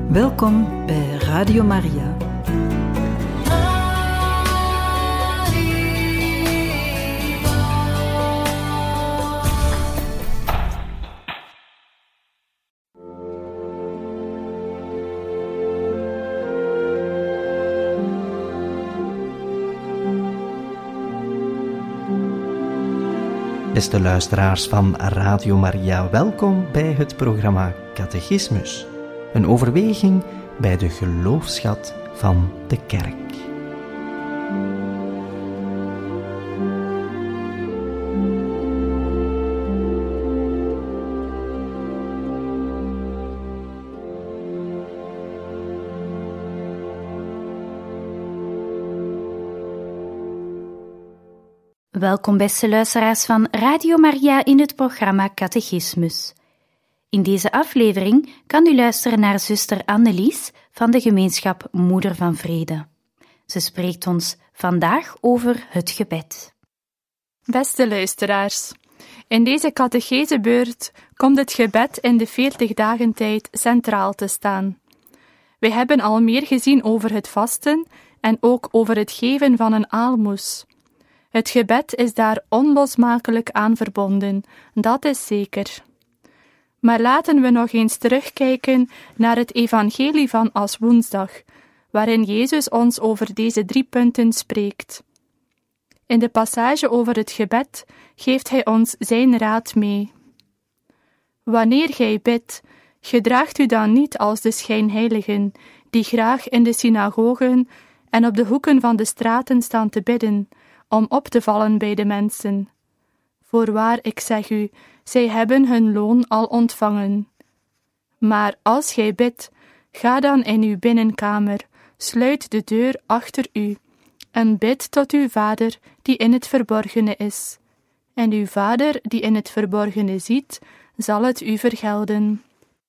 Welkom bij Radio Maria. Beste luisteraars van Radio Maria, welkom bij het programma Catechismus. Een overweging bij de geloofsschat van de Kerk. Welkom beste luisteraars van Radio Maria in het programma Catechismus. In deze aflevering kan u luisteren naar zuster Annelies van de gemeenschap Moeder van Vrede. Ze spreekt ons vandaag over het gebed. Beste luisteraars, in deze catechesebeurt komt het gebed in de 40 dagen tijd centraal te staan. We hebben al meer gezien over het vasten en ook over het geven van een aalmoes. Het gebed is daar onlosmakelijk aan verbonden, dat is zeker. Maar laten we nog eens terugkijken naar het evangelie van Aswoensdag, waarin Jezus ons over deze 3 punten spreekt. In de passage over het gebed geeft hij ons zijn raad mee. Wanneer gij bidt, gedraagt u dan niet als de schijnheiligen, die graag in de synagogen en op de hoeken van de straten staan te bidden, om op te vallen bij de mensen. Voorwaar, ik zeg u, zij hebben hun loon al ontvangen. Maar als gij bidt, ga dan in uw binnenkamer, sluit de deur achter u, en bid tot uw Vader die in het verborgene is. En uw Vader die in het verborgene ziet, zal het u vergelden.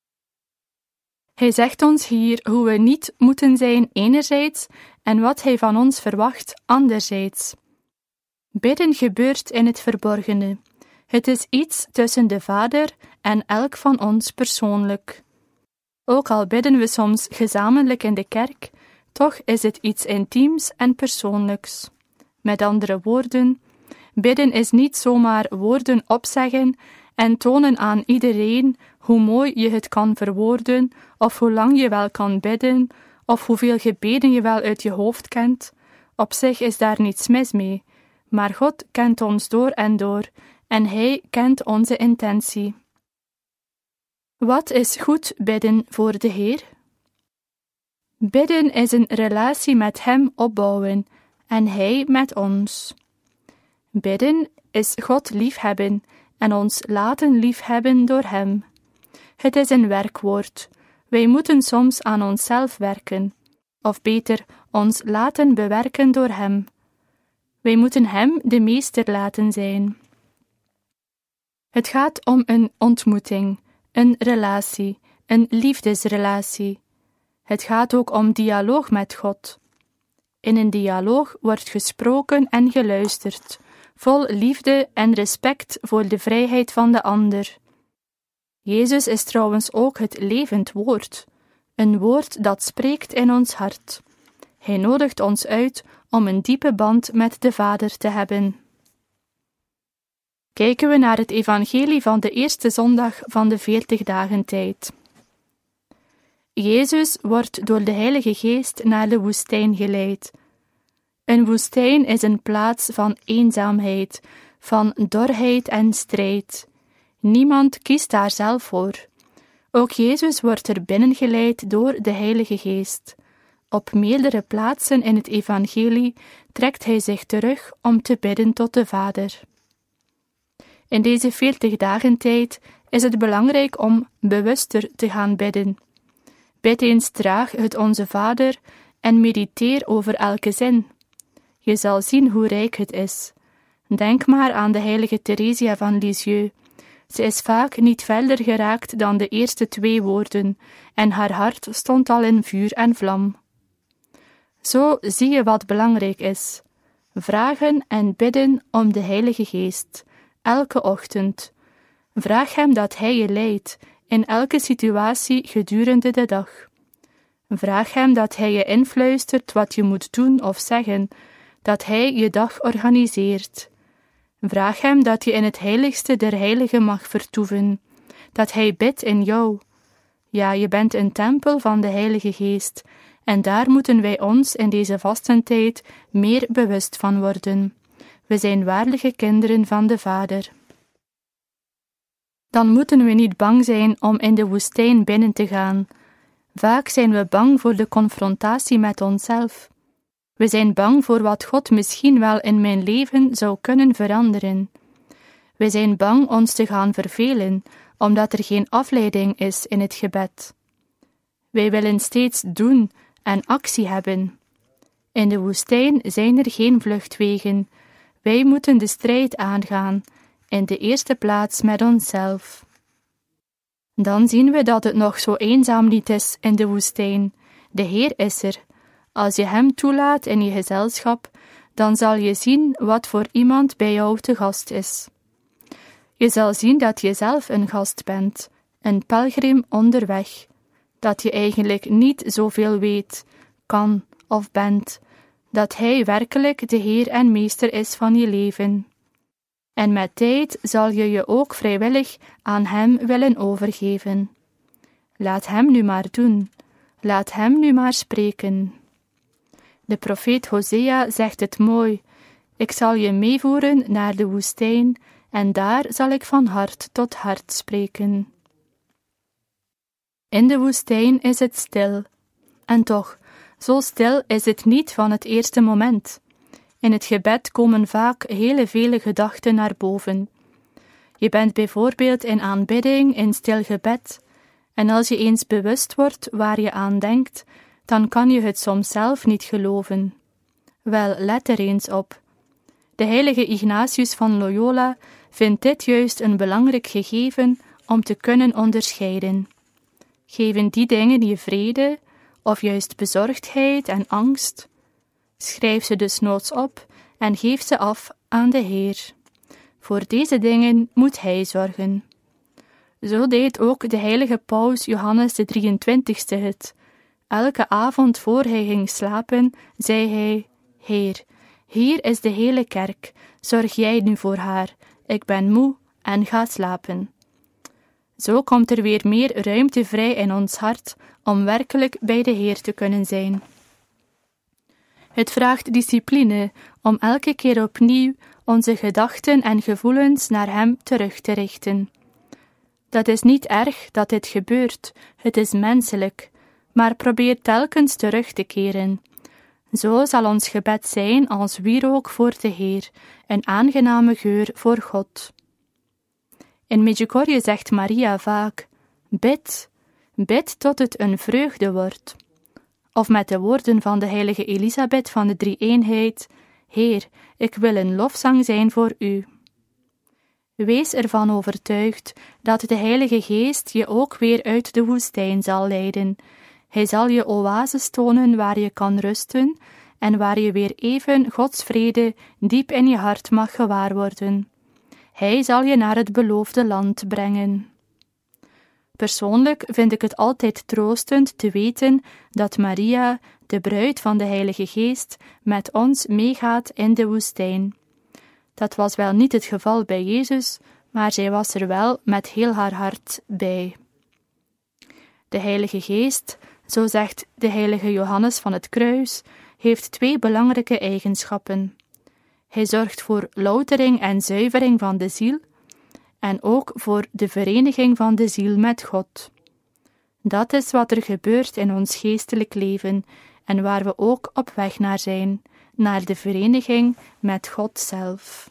Hij zegt ons hier hoe we niet moeten zijn enerzijds, en wat hij van ons verwacht anderzijds. Bidden gebeurt in het verborgene. Het is iets tussen de Vader en elk van ons persoonlijk. Ook al bidden we soms gezamenlijk in de kerk, toch is het iets intiems en persoonlijks. Met andere woorden, bidden is niet zomaar woorden opzeggen en tonen aan iedereen hoe mooi je het kan verwoorden, of hoe lang je wel kan bidden, of hoeveel gebeden je wel uit je hoofd kent. Op zich is daar niets mis mee. Maar God kent ons door en door, en Hij kent onze intentie. Wat is goed bidden voor de Heer? Bidden is een relatie met Hem opbouwen, en Hij met ons. Bidden is God liefhebben, en ons laten liefhebben door Hem. Het is een werkwoord. Wij moeten soms aan onszelf werken, of beter, ons laten bewerken door Hem. Wij moeten Hem de meester laten zijn. Het gaat om een ontmoeting, een relatie, een liefdesrelatie. Het gaat ook om dialoog met God. In een dialoog wordt gesproken en geluisterd, vol liefde en respect voor de vrijheid van de ander. Jezus is trouwens ook het levend woord, een woord dat spreekt in ons hart. Hij nodigt ons uit om een diepe band met de Vader te hebben. Kijken we naar het evangelie van de eerste zondag van de 40 dagen tijd. Jezus wordt door de Heilige Geest naar de woestijn geleid. Een woestijn is een plaats van eenzaamheid, van dorheid en strijd. Niemand kiest daar zelf voor. Ook Jezus wordt er binnengeleid door de Heilige Geest. Op meerdere plaatsen in het evangelie trekt hij zich terug om te bidden tot de Vader. In deze 40 dagen tijd is het belangrijk om bewuster te gaan bidden. Bid eens traag het Onze Vader en mediteer over elke zin. Je zal zien hoe rijk het is. Denk maar aan de heilige Theresia van Lisieux. Ze is vaak niet verder geraakt dan de eerste 2 woorden, en haar hart stond al in vuur en vlam. Zo zie je wat belangrijk is. Vragen en bidden om de Heilige Geest, elke ochtend. Vraag Hem dat Hij je leidt, in elke situatie gedurende de dag. Vraag hem dat hij je influistert wat je moet doen of zeggen, dat hij je dag organiseert. Vraag hem dat je in het heiligste der heiligen mag vertoeven, dat hij bidt in jou. Ja, je bent een tempel van de Heilige Geest, en daar moeten wij ons in deze vastentijd meer bewust van worden. We zijn waarlijke kinderen van de Vader. Dan moeten we niet bang zijn om in de woestijn binnen te gaan. Vaak zijn we bang voor de confrontatie met onszelf. We zijn bang voor wat God misschien wel in mijn leven zou kunnen veranderen. We zijn bang ons te gaan vervelen, omdat er geen afleiding is in het gebed. Wij willen steeds doen en actie hebben. In de woestijn zijn er geen vluchtwegen. Wij moeten de strijd aangaan, in de eerste plaats met onszelf. Dan zien we dat het nog zo eenzaam niet is in de woestijn. De Heer is er. Als je Hem toelaat in je gezelschap, dan zal je zien wat voor iemand bij jou te gast is. Je zal zien dat je zelf een gast bent, een pelgrim onderweg, dat je eigenlijk niet zoveel weet, kan of bent, dat Hij werkelijk de Heer en Meester is van je leven. En met tijd zal je je ook vrijwillig aan Hem willen overgeven. Laat Hem nu maar doen, laat Hem nu maar spreken. De profeet Hosea zegt het mooi: ik zal je meevoeren naar de woestijn, en daar zal ik van hart tot hart spreken. In de woestijn is het stil. En toch, zo stil is het niet van het eerste moment. In het gebed komen vaak hele vele gedachten naar boven. Je bent bijvoorbeeld in aanbidding, in stil gebed, en als je eens bewust wordt waar je aan denkt, dan kan je het soms zelf niet geloven. Wel, let er eens op. De heilige Ignatius van Loyola vindt dit juist een belangrijk gegeven om te kunnen onderscheiden. Geven die dingen je vrede, of juist bezorgdheid en angst? Schrijf ze dus noods op en geef ze af aan de Heer. Voor deze dingen moet Hij zorgen. Zo deed ook de heilige paus Johannes de 23e het. Elke avond voor hij ging slapen, zei hij: Heer, hier is de hele kerk, zorg jij nu voor haar, ik ben moe en ga slapen. Zo komt er weer meer ruimte vrij in ons hart om werkelijk bij de Heer te kunnen zijn. Het vraagt discipline om elke keer opnieuw onze gedachten en gevoelens naar Hem terug te richten. Dat is niet erg dat dit gebeurt, het is menselijk, maar probeer telkens terug te keren. Zo zal ons gebed zijn als wierook voor de Heer, een aangename geur voor God. In Medjugorje zegt Maria vaak: bid, bid tot het een vreugde wordt. Of met de woorden van de heilige Elisabeth van de Drie-eenheid: Heer, ik wil een lofzang zijn voor U. Wees ervan overtuigd dat de Heilige Geest je ook weer uit de woestijn zal leiden. Hij zal je oases tonen waar je kan rusten en waar je weer even Gods vrede diep in je hart mag gewaar worden. Hij zal je naar het beloofde land brengen. Persoonlijk vind ik het altijd troostend te weten dat Maria, de bruid van de Heilige Geest, met ons meegaat in de woestijn. Dat was wel niet het geval bij Jezus, maar zij was er wel met heel haar hart bij. De Heilige Geest, zo zegt de heilige Johannes van het Kruis, heeft twee belangrijke eigenschappen. Hij zorgt voor loutering en zuivering van de ziel en ook voor de vereniging van de ziel met God. Dat is wat er gebeurt in ons geestelijk leven en waar we ook op weg naar zijn, naar de vereniging met God zelf.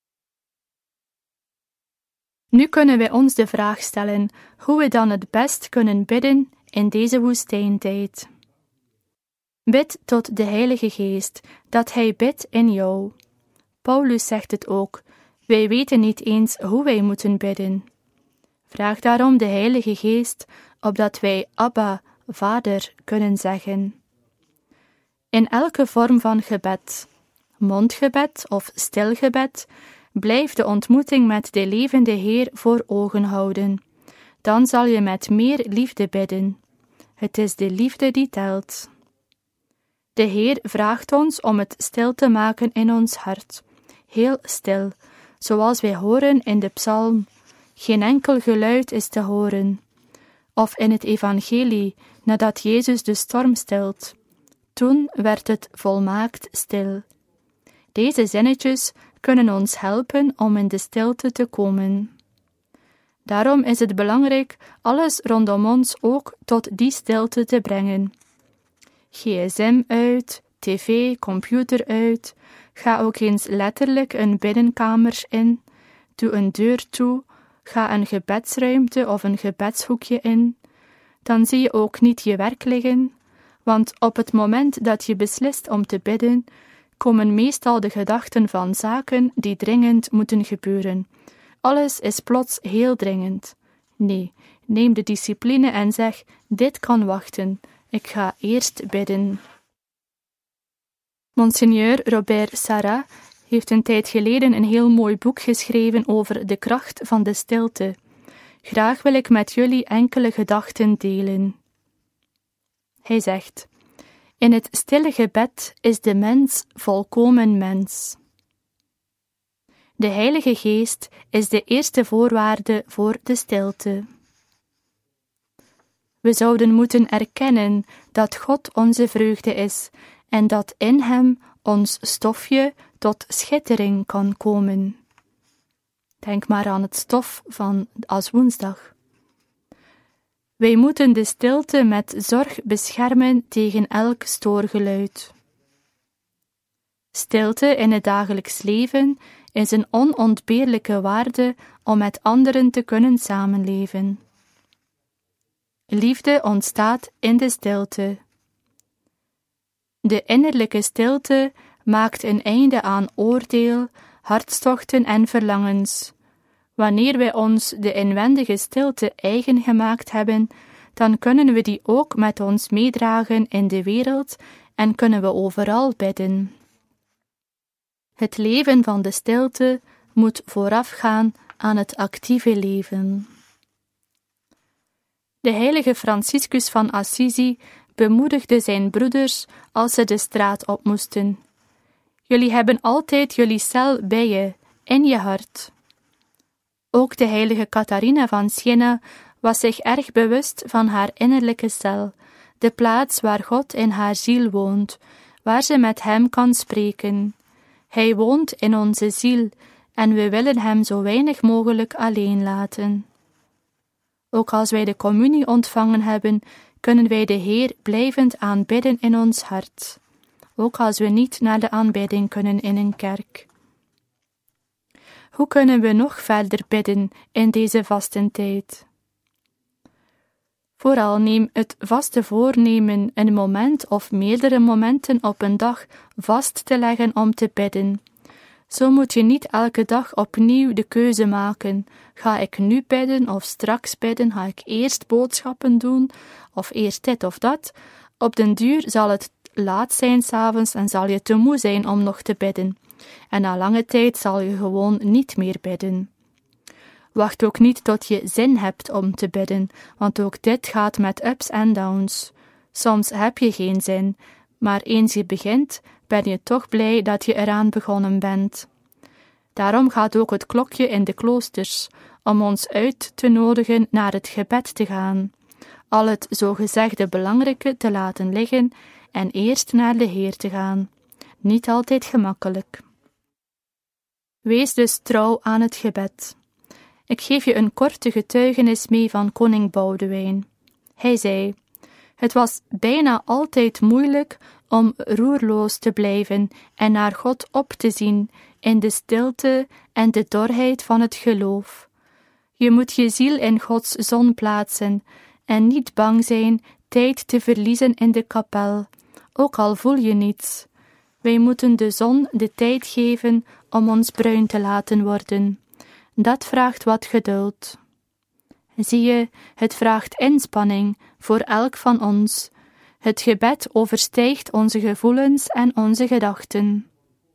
Nu kunnen wij ons de vraag stellen hoe we dan het best kunnen bidden in deze woestijntijd. Bid tot de Heilige Geest, dat Hij bidt in jou. Paulus zegt het ook: wij weten niet eens hoe wij moeten bidden. Vraag daarom de Heilige Geest, opdat wij Abba, Vader, kunnen zeggen. In elke vorm van gebed, mondgebed of stilgebed, blijf de ontmoeting met de levende Heer voor ogen houden. Dan zal je met meer liefde bidden. Het is de liefde die telt. De Heer vraagt ons om het stil te maken in ons hart, heel stil, zoals wij horen in de psalm. Geen enkel geluid is te horen. Of in het evangelie, nadat Jezus de storm stilt. Toen werd het volmaakt stil. Deze zinnetjes kunnen ons helpen om in de stilte te komen. Daarom is het belangrijk alles rondom ons ook tot die stilte te brengen. GSM uit, tv, computer uit, ga ook eens letterlijk een binnenkamer in, doe een deur toe, ga een gebedsruimte of een gebedshoekje in. Dan zie je ook niet je werk liggen, want op het moment dat je beslist om te bidden, komen meestal de gedachten van zaken die dringend moeten gebeuren. Alles is plots heel dringend. Nee, neem de discipline en zeg, dit kan wachten, ik ga eerst bidden. Monseigneur Robert Sarah heeft een tijd geleden een heel mooi boek geschreven over de kracht van de stilte. Graag wil ik met jullie enkele gedachten delen. Hij zegt: in het stille gebed is de mens volkomen mens. De Heilige Geest is de eerste voorwaarde voor de stilte. We zouden moeten erkennen dat God onze vreugde is en dat in Hem ons stofje tot schittering kan komen. Denk maar aan het stof van Aswoensdag. Wij moeten de stilte met zorg beschermen tegen elk stoorgeluid. Stilte in het dagelijks leven is een onontbeerlijke waarde om met anderen te kunnen samenleven. Liefde ontstaat in de stilte. De innerlijke stilte maakt een einde aan oordeel, hartstochten en verlangens. Wanneer wij ons de inwendige stilte eigen gemaakt hebben, dan kunnen we die ook met ons meedragen in de wereld en kunnen we overal bidden. Het leven van de stilte moet voorafgaan aan het actieve leven. De heilige Franciscus van Assisi bemoedigde zijn broeders als ze de straat op moesten. Jullie hebben altijd jullie cel bij je, in je hart. Ook de heilige Catharina van Siena was zich erg bewust van haar innerlijke cel, de plaats waar God in haar ziel woont, waar ze met hem kan spreken. Hij woont in onze ziel en we willen hem zo weinig mogelijk alleen laten. Ook als wij de communie ontvangen hebben, kunnen wij de Heer blijvend aanbidden in ons hart, ook als we niet naar de aanbidding kunnen in een kerk. Hoe kunnen we nog verder bidden in deze vastentijd? Vooral neem het vaste voornemen een moment of meerdere momenten op een dag vast te leggen om te bidden. Zo moet je niet elke dag opnieuw de keuze maken. Ga ik nu bidden of straks bidden? Ga ik eerst boodschappen doen of eerst dit of dat? Op den duur zal het laat zijn 's avonds en zal je te moe zijn om nog te bidden. En na lange tijd zal je gewoon niet meer bidden. Wacht ook niet tot je zin hebt om te bidden, want ook dit gaat met ups en downs. Soms heb je geen zin, maar eens je begint, ben je toch blij dat je eraan begonnen bent. Daarom gaat ook het klokje in de kloosters, om ons uit te nodigen naar het gebed te gaan, al het zogezegde belangrijke te laten liggen en eerst naar de Heer te gaan. Niet altijd gemakkelijk. Wees dus trouw aan het gebed. Ik geef je een korte getuigenis mee van koning Boudewijn. Hij zei: het was bijna altijd moeilijk om roerloos te blijven en naar God op te zien in de stilte en de dorheid van het geloof. Je moet je ziel in Gods zon plaatsen en niet bang zijn tijd te verliezen in de kapel, ook al voel je niets. Wij moeten de zon de tijd geven om ons bruin te laten worden. Dat vraagt wat geduld. Zie je, het vraagt inspanning voor elk van ons. Het gebed overstijgt onze gevoelens en onze gedachten.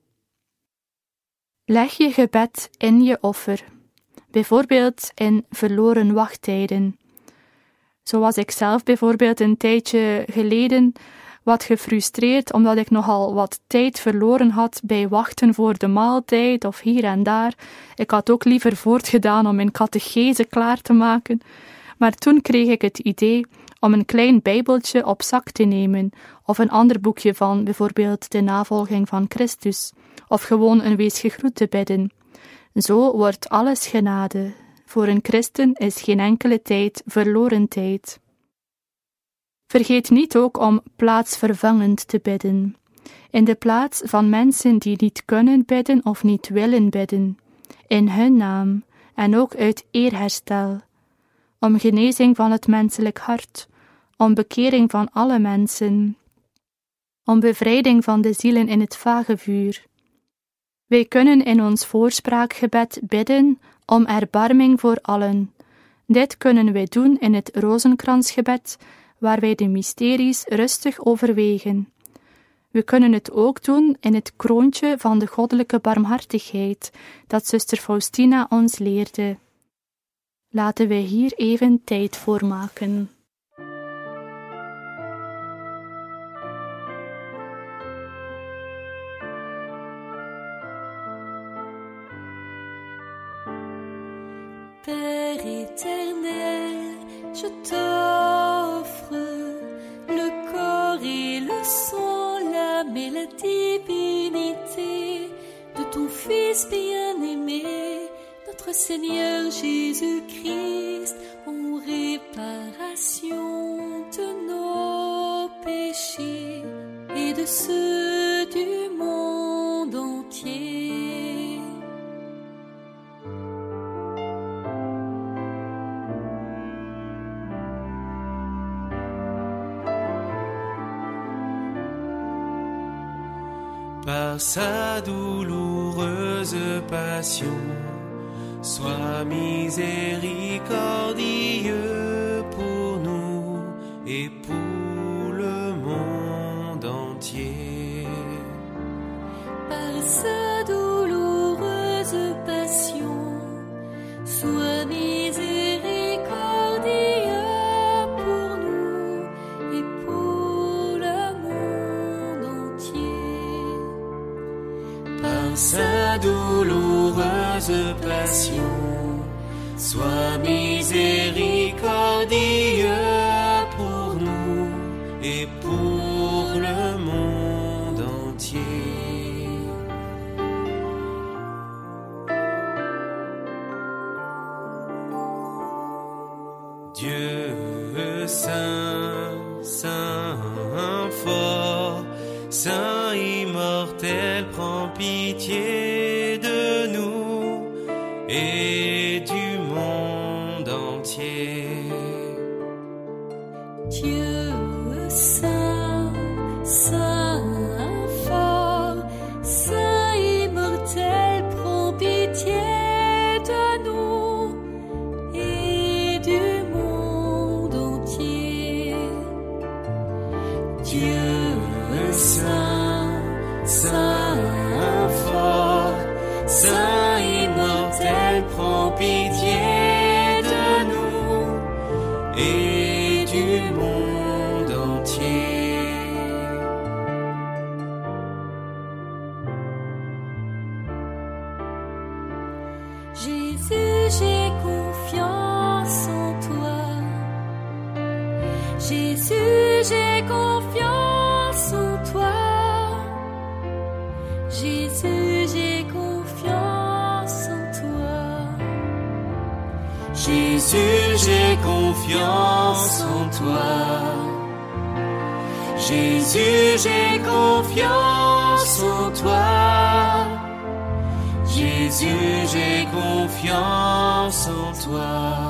Leg je gebed in je offer, bijvoorbeeld in verloren wachttijden. Zo was ik zelf bijvoorbeeld een tijdje geleden wat gefrustreerd, omdat ik nogal wat tijd verloren had bij wachten voor de maaltijd of hier en daar. Ik had ook liever voortgedaan om mijn catechese klaar te maken. Maar toen kreeg ik het idee om een klein bijbeltje op zak te nemen, of een ander boekje van bijvoorbeeld de navolging van Christus, of gewoon een wees gegroet te bidden. Zo wordt alles genade. Voor een christen is geen enkele tijd verloren tijd. Vergeet niet ook om plaatsvervangend te bidden, in de plaats van mensen die niet kunnen bidden of niet willen bidden, in hun naam en ook uit eerherstel, om genezing van het menselijk hart, om bekering van alle mensen, om bevrijding van de zielen in het vagevuur. Wij kunnen in ons voorspraakgebed bidden om erbarming voor allen. Dit kunnen wij doen in het rozenkransgebed, waar wij de mysteries rustig overwegen. We kunnen het ook doen in het kroontje van de goddelijke barmhartigheid, dat zuster Faustina ons leerde. Laten wij hier even tijd voor maken. Père éternel, je t'offre le corps et le sang, l'âme et la divinité de ton Fils bien-aimé, notre Seigneur Jésus-Christ, en réparation de nos péchés et de ceux du monde entier. Par sa douloureuse passion, sois miséricordieux pour nous et pour le monde entier. Par sa douloureuse passion, sois miséricordieux pour nous et pour le monde entier. Par sa douloureuse passion, sois miséricordieux pour nous et pour le monde entier. Dieu saint, saint fort, saint immortel, prends pitié de nous et du monde entier. Dieu saint, saint fort, saint immortel, prends pitié de nous et du monde entier. Dieu saint, saint fort, saint immortel, prends pitié de nous et du monde entier. Jésus, j'ai confiance en toi. Jésus, j'ai confiance en toi. Jésus, j'ai confiance en toi. Jésus, j'ai confiance en toi. Jésus, j'ai confiance en toi. Jésus, j'ai confiance en toi.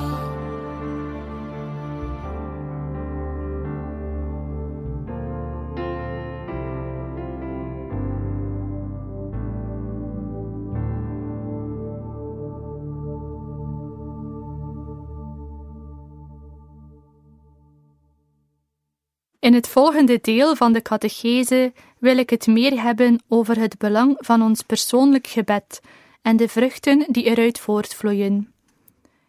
In het volgende deel van de catechese wil ik het meer hebben over het belang van ons persoonlijk gebed en de vruchten die eruit voortvloeien.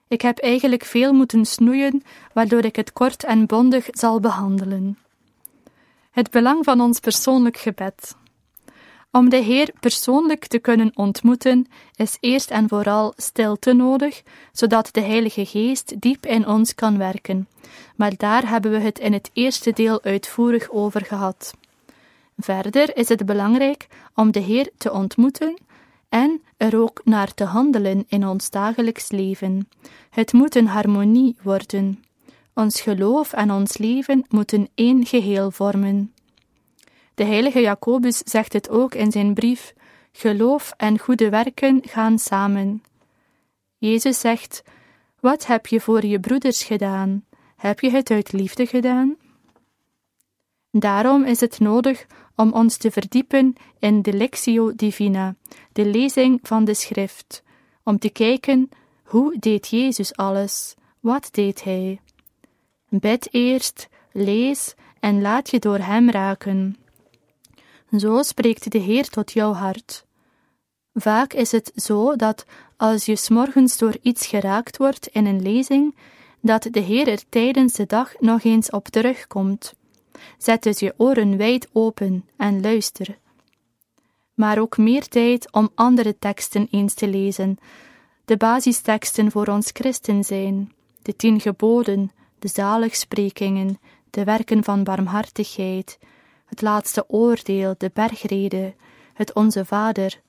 Ik heb eigenlijk veel moeten snoeien, waardoor ik het kort en bondig zal behandelen. Het belang van ons persoonlijk gebed. Om de Heer persoonlijk te kunnen ontmoeten, is eerst en vooral stilte nodig, zodat de Heilige Geest diep in ons kan werken. Maar daar hebben we het in het eerste deel uitvoerig over gehad. Verder is het belangrijk om de Heer te ontmoeten en er ook naar te handelen in ons dagelijks leven. Het moet een harmonie worden. Ons geloof en ons leven moeten één geheel vormen. De heilige Jacobus zegt het ook in zijn brief: geloof en goede werken gaan samen. Jezus zegt: wat heb je voor je broeders gedaan? Heb je het uit liefde gedaan? Daarom is het nodig om ons te verdiepen in de Lectio Divina, de lezing van de schrift, om te kijken, hoe deed Jezus alles? Wat deed hij? Bid eerst, lees en laat je door hem raken. Zo spreekt de Heer tot jouw hart. Vaak is het zo dat als je 's morgens door iets geraakt wordt in een lezing, dat de Heer er tijdens de dag nog eens op terugkomt. Zet dus je oren wijd open en luister. Maar ook meer tijd om andere teksten eens te lezen. De basisteksten voor ons christen zijn, de 10 geboden, de zaligsprekingen, de werken van barmhartigheid, het laatste oordeel, de bergrede, het Onze Vader.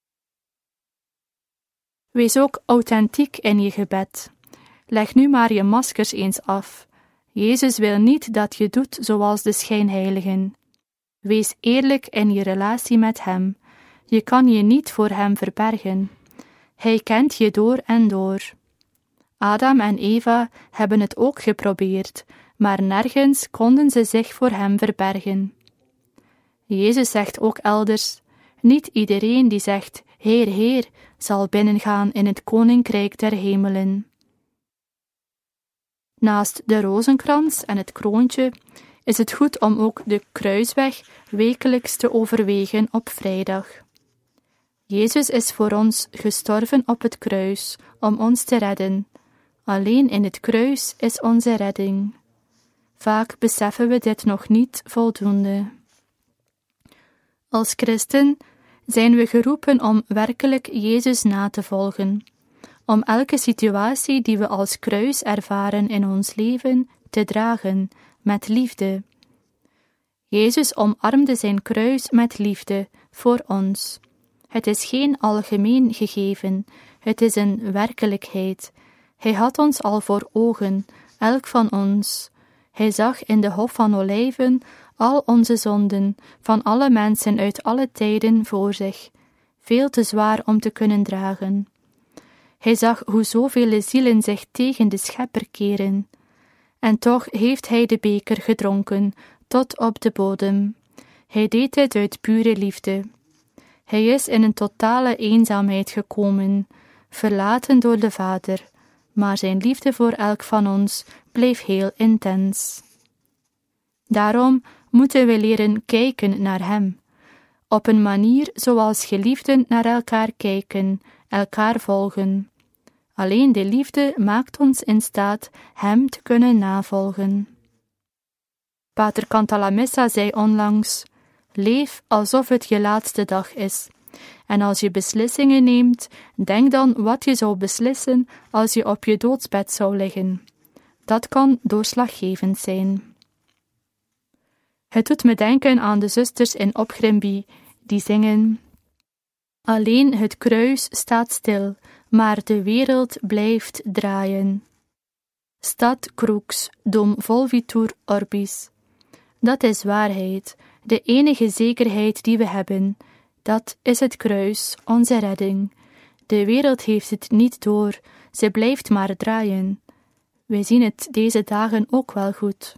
Wees ook authentiek in je gebed. Leg nu maar je maskers eens af. Jezus wil niet dat je doet zoals de schijnheiligen. Wees eerlijk in je relatie met hem. Je kan je niet voor hem verbergen. Hij kent je door en door. Adam en Eva hebben het ook geprobeerd, maar nergens konden ze zich voor hem verbergen. Jezus zegt ook elders: niet iedereen die zegt, Heer, Heer, zal binnengaan in het koninkrijk der hemelen. Naast de rozenkrans en het kroontje is het goed om ook de kruisweg wekelijks te overwegen op vrijdag. Jezus is voor ons gestorven op het kruis om ons te redden. Alleen in het kruis is onze redding. Vaak beseffen we dit nog niet voldoende. Als christen zijn we geroepen om werkelijk Jezus na te volgen, om elke situatie die we als kruis ervaren in ons leven te dragen met liefde. Jezus omarmde zijn kruis met liefde voor ons. Het is geen algemeen gegeven, het is een werkelijkheid. Hij had ons al voor ogen, elk van ons. Hij zag in de Hof van Olijven al onze zonden, van alle mensen uit alle tijden voor zich, veel te zwaar om te kunnen dragen. Hij zag hoe zoveel zielen zich tegen de Schepper keren. En toch heeft hij de beker gedronken, tot op de bodem. Hij deed dit uit pure liefde. Hij is in een totale eenzaamheid gekomen, verlaten door de Vader, maar zijn liefde voor elk van ons bleef heel intens. Daarom moeten we leren kijken naar hem, op een manier zoals geliefden naar elkaar kijken, elkaar volgen. Alleen de liefde maakt ons in staat hem te kunnen navolgen. Pater Cantalamessa zei onlangs: leef alsof het je laatste dag is. En als je beslissingen neemt, denk dan wat je zou beslissen als je op je doodsbed zou liggen. Dat kan doorslaggevend zijn. Het doet me denken aan de zusters in Opgrimby, die zingen: alleen het kruis staat stil, maar de wereld blijft draaien. Stat crux dum volvitur orbis. Dat is waarheid, de enige zekerheid die we hebben. Dat is het kruis, onze redding. De wereld heeft het niet door, ze blijft maar draaien. We zien het deze dagen ook wel goed.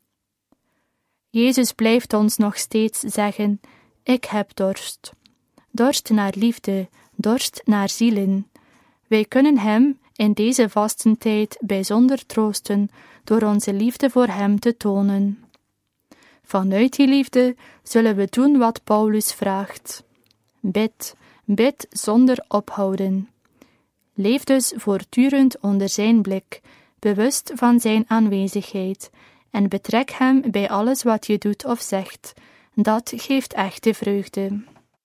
Jezus blijft ons nog steeds zeggen: ik heb dorst. Dorst naar liefde, dorst naar zielen. Wij kunnen hem in deze vastentijd bijzonder troosten door onze liefde voor hem te tonen. Vanuit die liefde zullen we doen wat Paulus vraagt. Bid, bid zonder ophouden. Leef dus voortdurend onder zijn blik, bewust van zijn aanwezigheid, en betrek hem bij alles wat je doet of zegt. Dat geeft echte vreugde.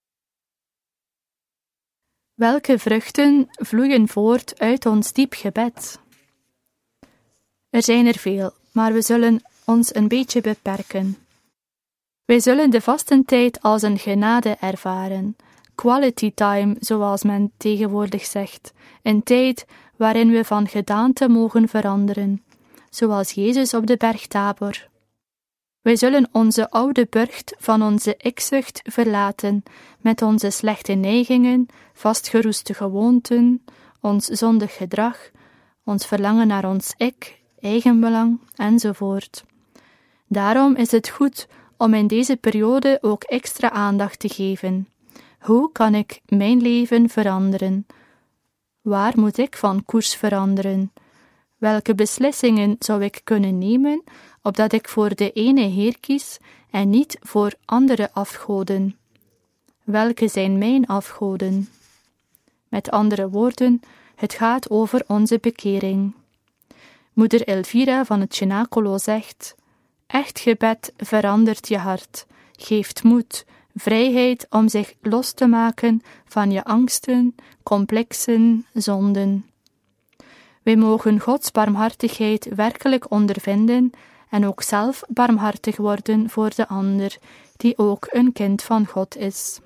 Welke vruchten vloeien voort uit ons diep gebed? Er zijn er veel, maar we zullen ons een beetje beperken. Wij zullen de vastentijd als een genade ervaren, quality time, zoals men tegenwoordig zegt, een tijd waarin we van gedaante mogen veranderen, zoals Jezus op de berg Tabor. Wij zullen onze oude burcht van onze ikzucht verlaten, met onze slechte neigingen, vastgeroeste gewoonten, ons zondig gedrag, ons verlangen naar ons ik, eigenbelang, enzovoort. Daarom is het goed om in deze periode ook extra aandacht te geven. Hoe kan ik mijn leven veranderen? Waar moet ik van koers veranderen? Welke beslissingen zou ik kunnen nemen, opdat ik voor de ene Heer kies en niet voor andere afgoden? Welke zijn mijn afgoden? Met andere woorden, het gaat over onze bekering. Moeder Elvira van het Cenacolo zegt: echt gebed verandert je hart, geeft moed, vrijheid om zich los te maken van je angsten, complexen, zonden. Wij mogen Gods barmhartigheid werkelijk ondervinden en ook zelf barmhartig worden voor de ander, die ook een kind van God is.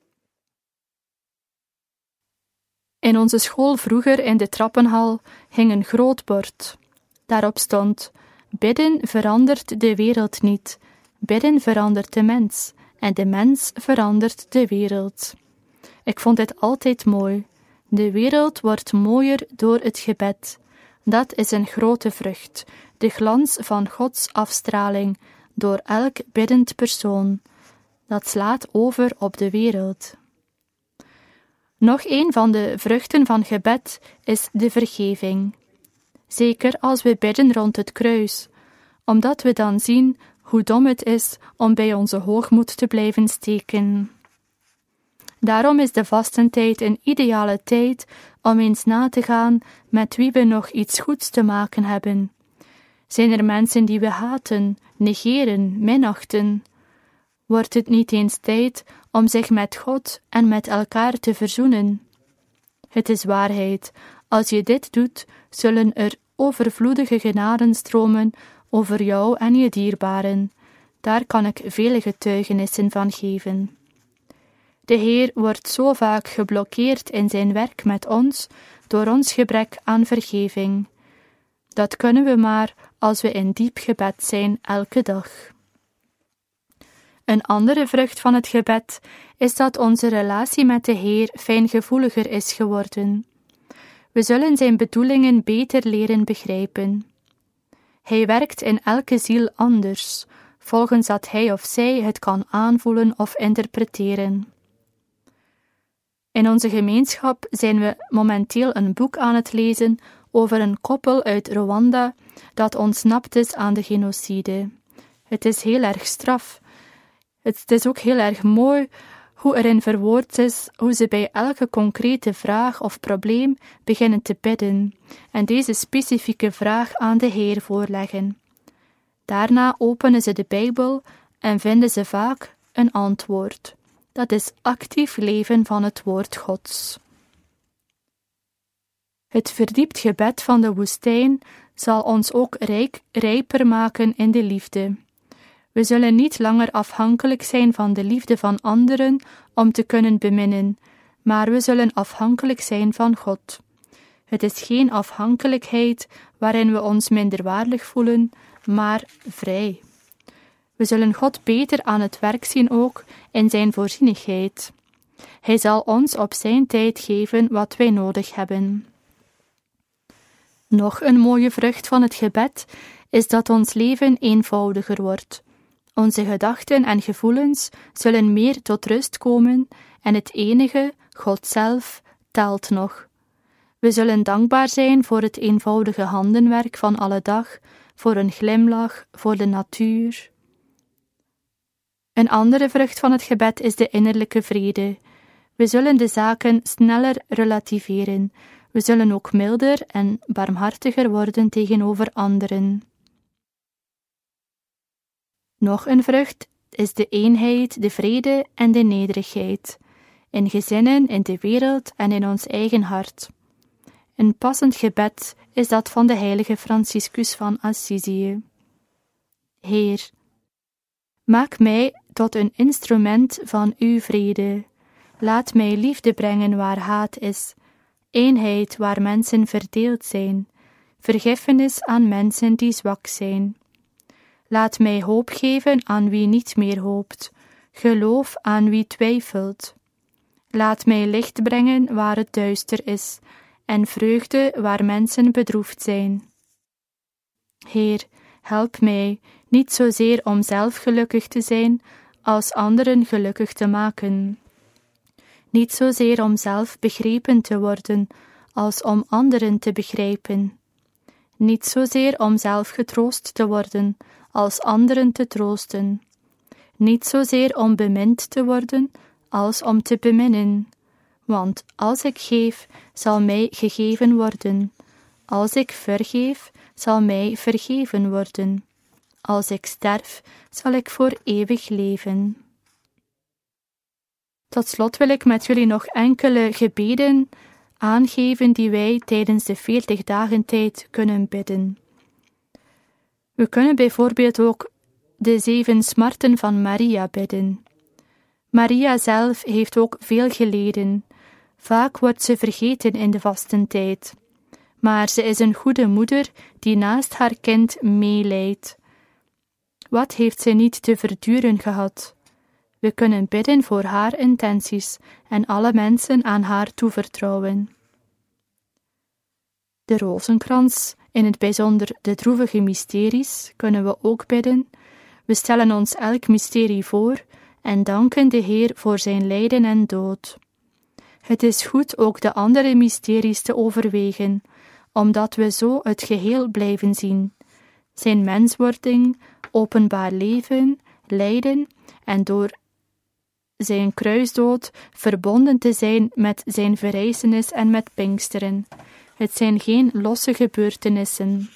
In onze school vroeger in de trappenhal hing een groot bord. Daarop stond: bidden verandert de wereld niet, bidden verandert de mens, en de mens verandert de wereld. Ik vond dit altijd mooi. De wereld wordt mooier door het gebed. Dat is een grote vrucht, de glans van Gods afstraling door elk biddend persoon. Dat slaat over op de wereld. Nog een van de vruchten van gebed is de vergeving. Zeker als we bidden rond het kruis, omdat we dan zien hoe dom het is om bij onze hoogmoed te blijven steken. Daarom is de vastentijd een ideale tijd om eens na te gaan met wie we nog iets goeds te maken hebben. Zijn er mensen die we haten, negeren, minachten? Wordt het niet eens tijd om zich met God en met elkaar te verzoenen? Het is waarheid. Als je dit doet, zullen er overvloedige genaden stromen over jou en je dierbaren. Daar kan ik vele getuigenissen van geven. De Heer wordt zo vaak geblokkeerd in zijn werk met ons door ons gebrek aan vergeving. Dat kunnen we maar als we in diep gebed zijn elke dag. Een andere vrucht van het gebed is dat onze relatie met de Heer fijngevoeliger is geworden. We zullen zijn bedoelingen beter leren begrijpen. Hij werkt in elke ziel anders, volgens dat hij of zij het kan aanvoelen of interpreteren. In onze gemeenschap zijn we momenteel een boek aan het lezen over een koppel uit Rwanda dat ontsnapt is aan de genocide. Het is heel erg straf. Het is ook heel erg mooi hoe erin verwoord is hoe ze bij elke concrete vraag of probleem beginnen te bidden en deze specifieke vraag aan de Heer voorleggen. Daarna openen ze de Bijbel en vinden ze vaak een antwoord. Dat is actief leven van het woord Gods. Het verdiept gebed van de woestijn zal ons ook rijper maken in de liefde. We zullen niet langer afhankelijk zijn van de liefde van anderen om te kunnen beminnen, maar we zullen afhankelijk zijn van God. Het is geen afhankelijkheid waarin we ons minderwaardig voelen, maar vrij. We zullen God beter aan het werk zien ook in zijn voorzienigheid. Hij zal ons op zijn tijd geven wat wij nodig hebben. Nog een mooie vrucht van het gebed is dat ons leven eenvoudiger wordt. Onze gedachten en gevoelens zullen meer tot rust komen en het enige, God zelf, telt nog. We zullen dankbaar zijn voor het eenvoudige handenwerk van alle dag, voor een glimlach, voor de natuur. Een andere vrucht van het gebed is de innerlijke vrede. We zullen de zaken sneller relativeren. We zullen ook milder en barmhartiger worden tegenover anderen. Nog een vrucht is de eenheid, de vrede en de nederigheid, in gezinnen, in de wereld en in ons eigen hart. Een passend gebed is dat van de heilige Franciscus van Assisië. Heer, maak mij tot een instrument van uw vrede. Laat mij liefde brengen waar haat is, eenheid waar mensen verdeeld zijn, vergiffenis aan mensen die zwak zijn. Laat mij hoop geven aan wie niet meer hoopt, geloof aan wie twijfelt. Laat mij licht brengen waar het duister is, en vreugde waar mensen bedroefd zijn. Heer, help mij, niet zozeer om zelf gelukkig te zijn, als anderen gelukkig te maken. Niet zozeer om zelf begrepen te worden, als om anderen te begrijpen. Niet zozeer om zelf getroost te worden, als anderen te troosten. Niet zozeer om bemind te worden, als om te beminnen. Want als ik geef, zal mij gegeven worden. Als ik vergeef, zal mij vergeven worden. Als ik sterf, zal ik voor eeuwig leven. Tot slot wil ik met jullie nog enkele gebeden aangeven die wij tijdens de 40 dagen tijd kunnen bidden. We kunnen bijvoorbeeld ook de 7 smarten van Maria bidden. Maria zelf heeft ook veel geleden. Vaak wordt ze vergeten in de vastentijd. Maar ze is een goede moeder die naast haar kind meelijdt. Wat heeft ze niet te verduren gehad? We kunnen bidden voor haar intenties en alle mensen aan haar toevertrouwen. De rozenkrans, in het bijzonder de droevige mysteries, kunnen we ook bidden. We stellen ons elk mysterie voor en danken de Heer voor zijn lijden en dood. Het is goed ook de andere mysteries te overwegen, omdat we zo het geheel blijven zien. Zijn menswording, openbaar leven, lijden en door zijn kruisdood verbonden te zijn met zijn verrijzenis en met Pinksteren. Het zijn geen losse gebeurtenissen.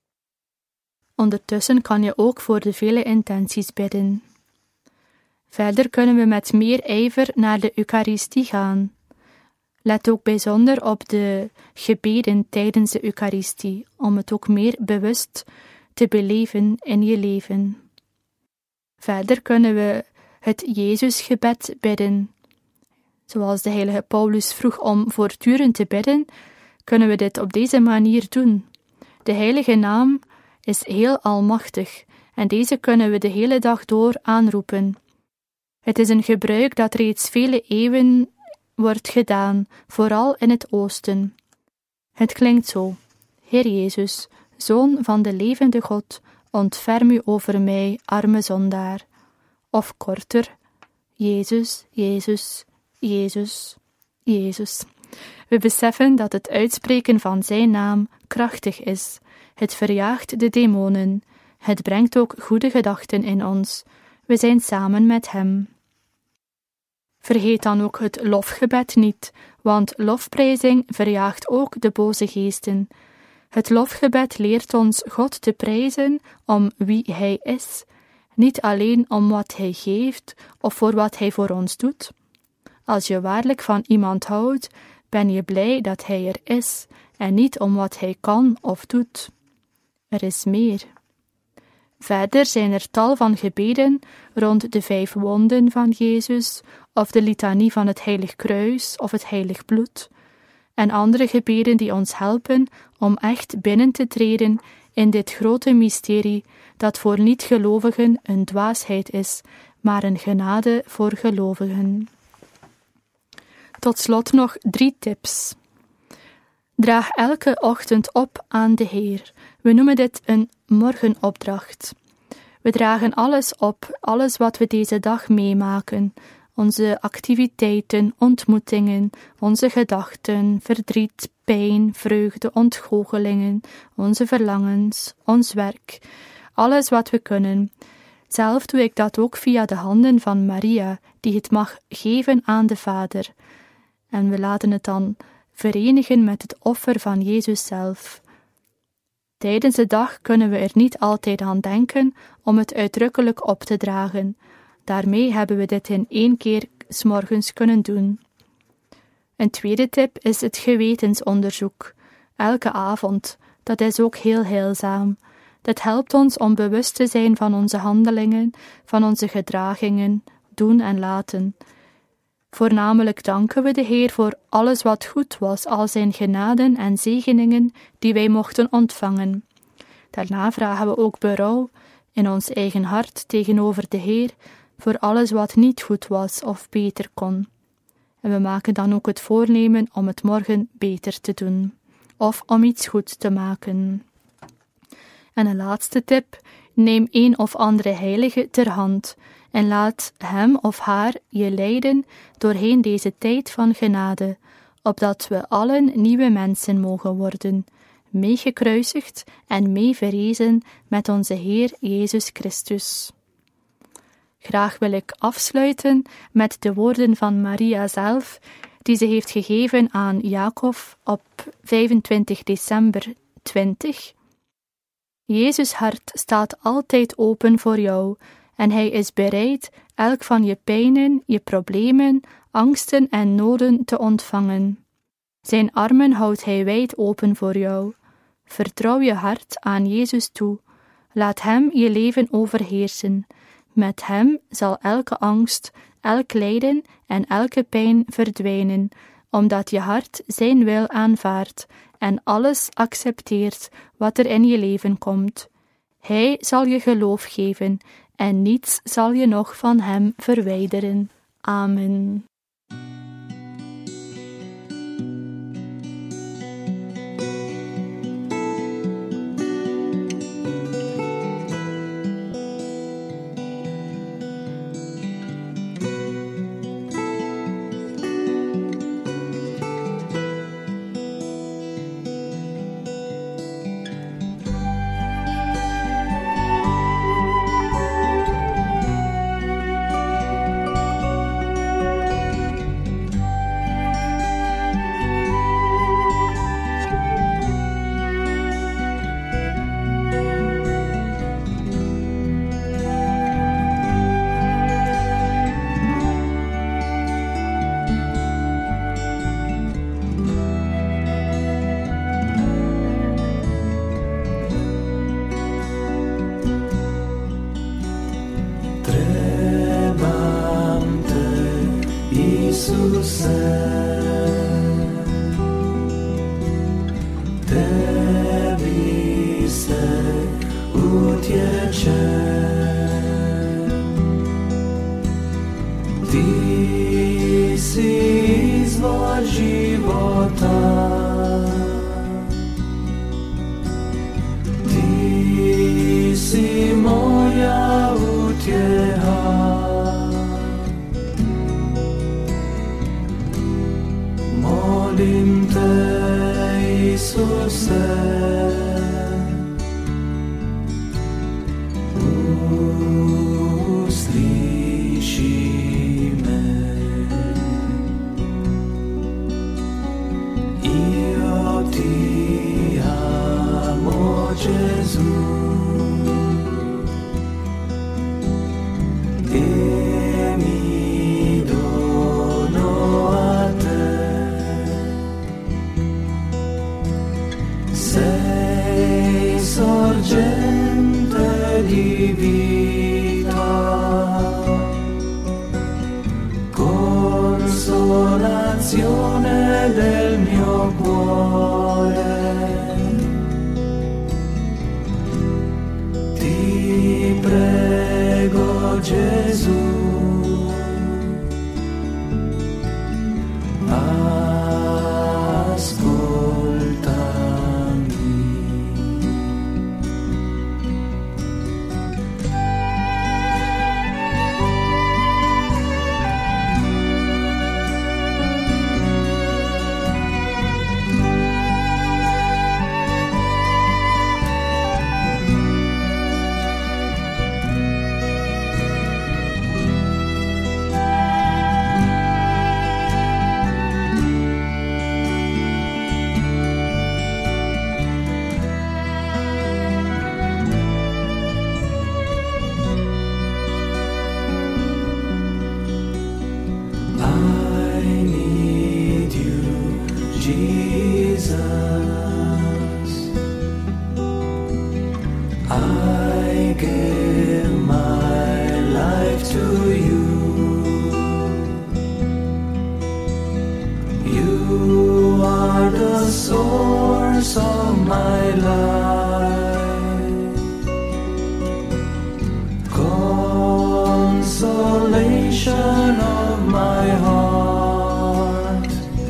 Ondertussen kan je ook voor de vele intenties bidden. Verder kunnen we met meer ijver naar de Eucharistie gaan. Let ook bijzonder op de gebeden tijdens de Eucharistie, om het ook meer bewust te beleven in je leven. Verder kunnen we het Jezusgebed bidden. Zoals de heilige Paulus vroeg om voortdurend te bidden, kunnen we dit op deze manier doen. De heilige naam is heel almachtig en deze kunnen we de hele dag door aanroepen. Het is een gebruik dat reeds vele eeuwen wordt gedaan, vooral in het oosten. Het klinkt zo: Heer Jezus, Zoon van de levende God, ontferm u over mij, arme zondaar. Of korter: Jezus, Jezus, Jezus, Jezus. We beseffen dat het uitspreken van zijn naam krachtig is. Het verjaagt de demonen. Het brengt ook goede gedachten in ons. We zijn samen met hem. Vergeet dan ook het lofgebed niet, want lofprijzing verjaagt ook de boze geesten. Het lofgebed leert ons God te prijzen om wie hij is, niet alleen om wat hij geeft of voor wat hij voor ons doet. Als je waarlijk van iemand houdt, ben je blij dat hij er is en niet om wat hij kan of doet. Er is meer. Verder zijn er tal van gebeden rond de 5 wonden van Jezus, of de litanie van het heilig kruis of het heilig bloed, en andere gebeden die ons helpen om echt binnen te treden in dit grote mysterie dat voor niet-gelovigen een dwaasheid is, maar een genade voor gelovigen. Tot slot nog 3 tips. Draag elke ochtend op aan de Heer. We noemen dit een morgenopdracht. We dragen alles op, alles wat we deze dag meemaken. Onze activiteiten, ontmoetingen, onze gedachten, verdriet, pijn, vreugde, ontgoochelingen, onze verlangens, ons werk. Alles wat we kunnen. Zelf doe ik dat ook via de handen van Maria, die het mag geven aan de Vader. En we laten het dan verenigen met het offer van Jezus zelf. Tijdens de dag kunnen we er niet altijd aan denken om het uitdrukkelijk op te dragen. Daarmee hebben we dit in 1 keer 's morgens kunnen doen. Een tweede tip is het gewetensonderzoek. Elke avond. Dat is ook heel heilzaam. Dat helpt ons om bewust te zijn van onze handelingen, van onze gedragingen, doen en laten. Voornamelijk danken we de Heer voor alles wat goed was, al zijn genaden en zegeningen die wij mochten ontvangen. Daarna vragen we ook berouw in ons eigen hart tegenover de Heer voor alles wat niet goed was of beter kon. En we maken dan ook het voornemen om het morgen beter te doen, of om iets goed te maken. En een laatste tip: neem een of andere heilige ter hand en laat hem of haar je leiden doorheen deze tijd van genade, opdat we allen nieuwe mensen mogen worden, meegekruisigd en mee verrezen met onze Heer Jezus Christus. Graag wil ik afsluiten met de woorden van Maria zelf, die ze heeft gegeven aan Jacob op 25 december 20. Jezus' hart staat altijd open voor jou en hij is bereid elk van je pijnen, je problemen, angsten en noden te ontvangen. Zijn armen houdt hij wijd open voor jou. Vertrouw je hart aan Jezus toe. Laat hem je leven overheersen. Met hem zal elke angst, elk lijden en elke pijn verdwijnen, omdat je hart zijn wil aanvaardt en alles accepteert wat er in je leven komt. Hij zal je geloof geven en niets zal je nog van hem verwijderen. Amen. Ty si izvor života, Ty si moja utjeha. Molim te, Isuse, del mio cuore, ti prego Gesù, I give my life to you. You are the source of my life, consolation of my heart.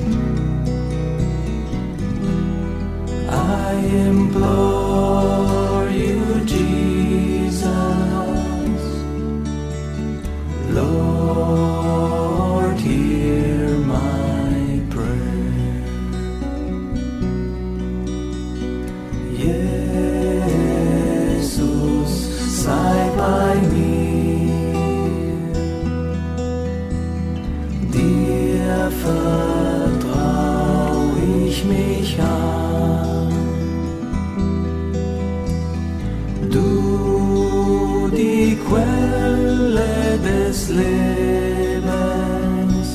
I implore you, Jesus, Lord, hear my prayer. Jesus, sei bei mir, dir vertrau ich mich an. Du, die Quelle des Lebens,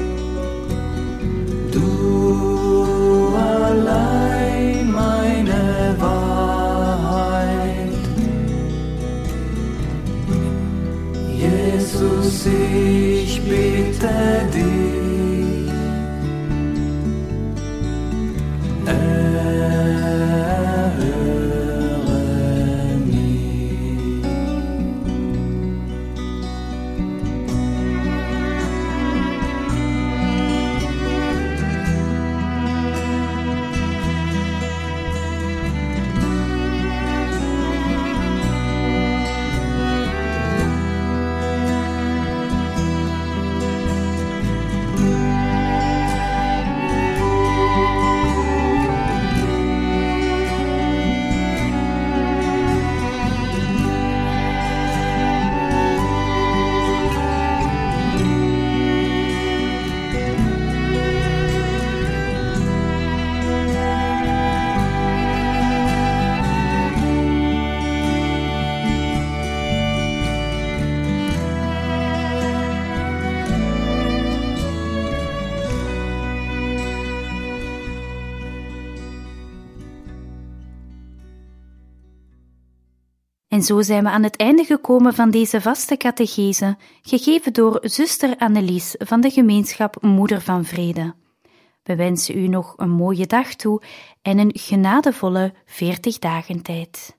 du allein meine Wahrheit. Jesus, ich bitte dich, erhöre mich. En zo zijn we aan het einde gekomen van deze vaste catechese, gegeven door zuster Annelies van de gemeenschap Moeder van Vrede. We wensen u nog een mooie dag toe en een genadevolle 40 dagen tijd.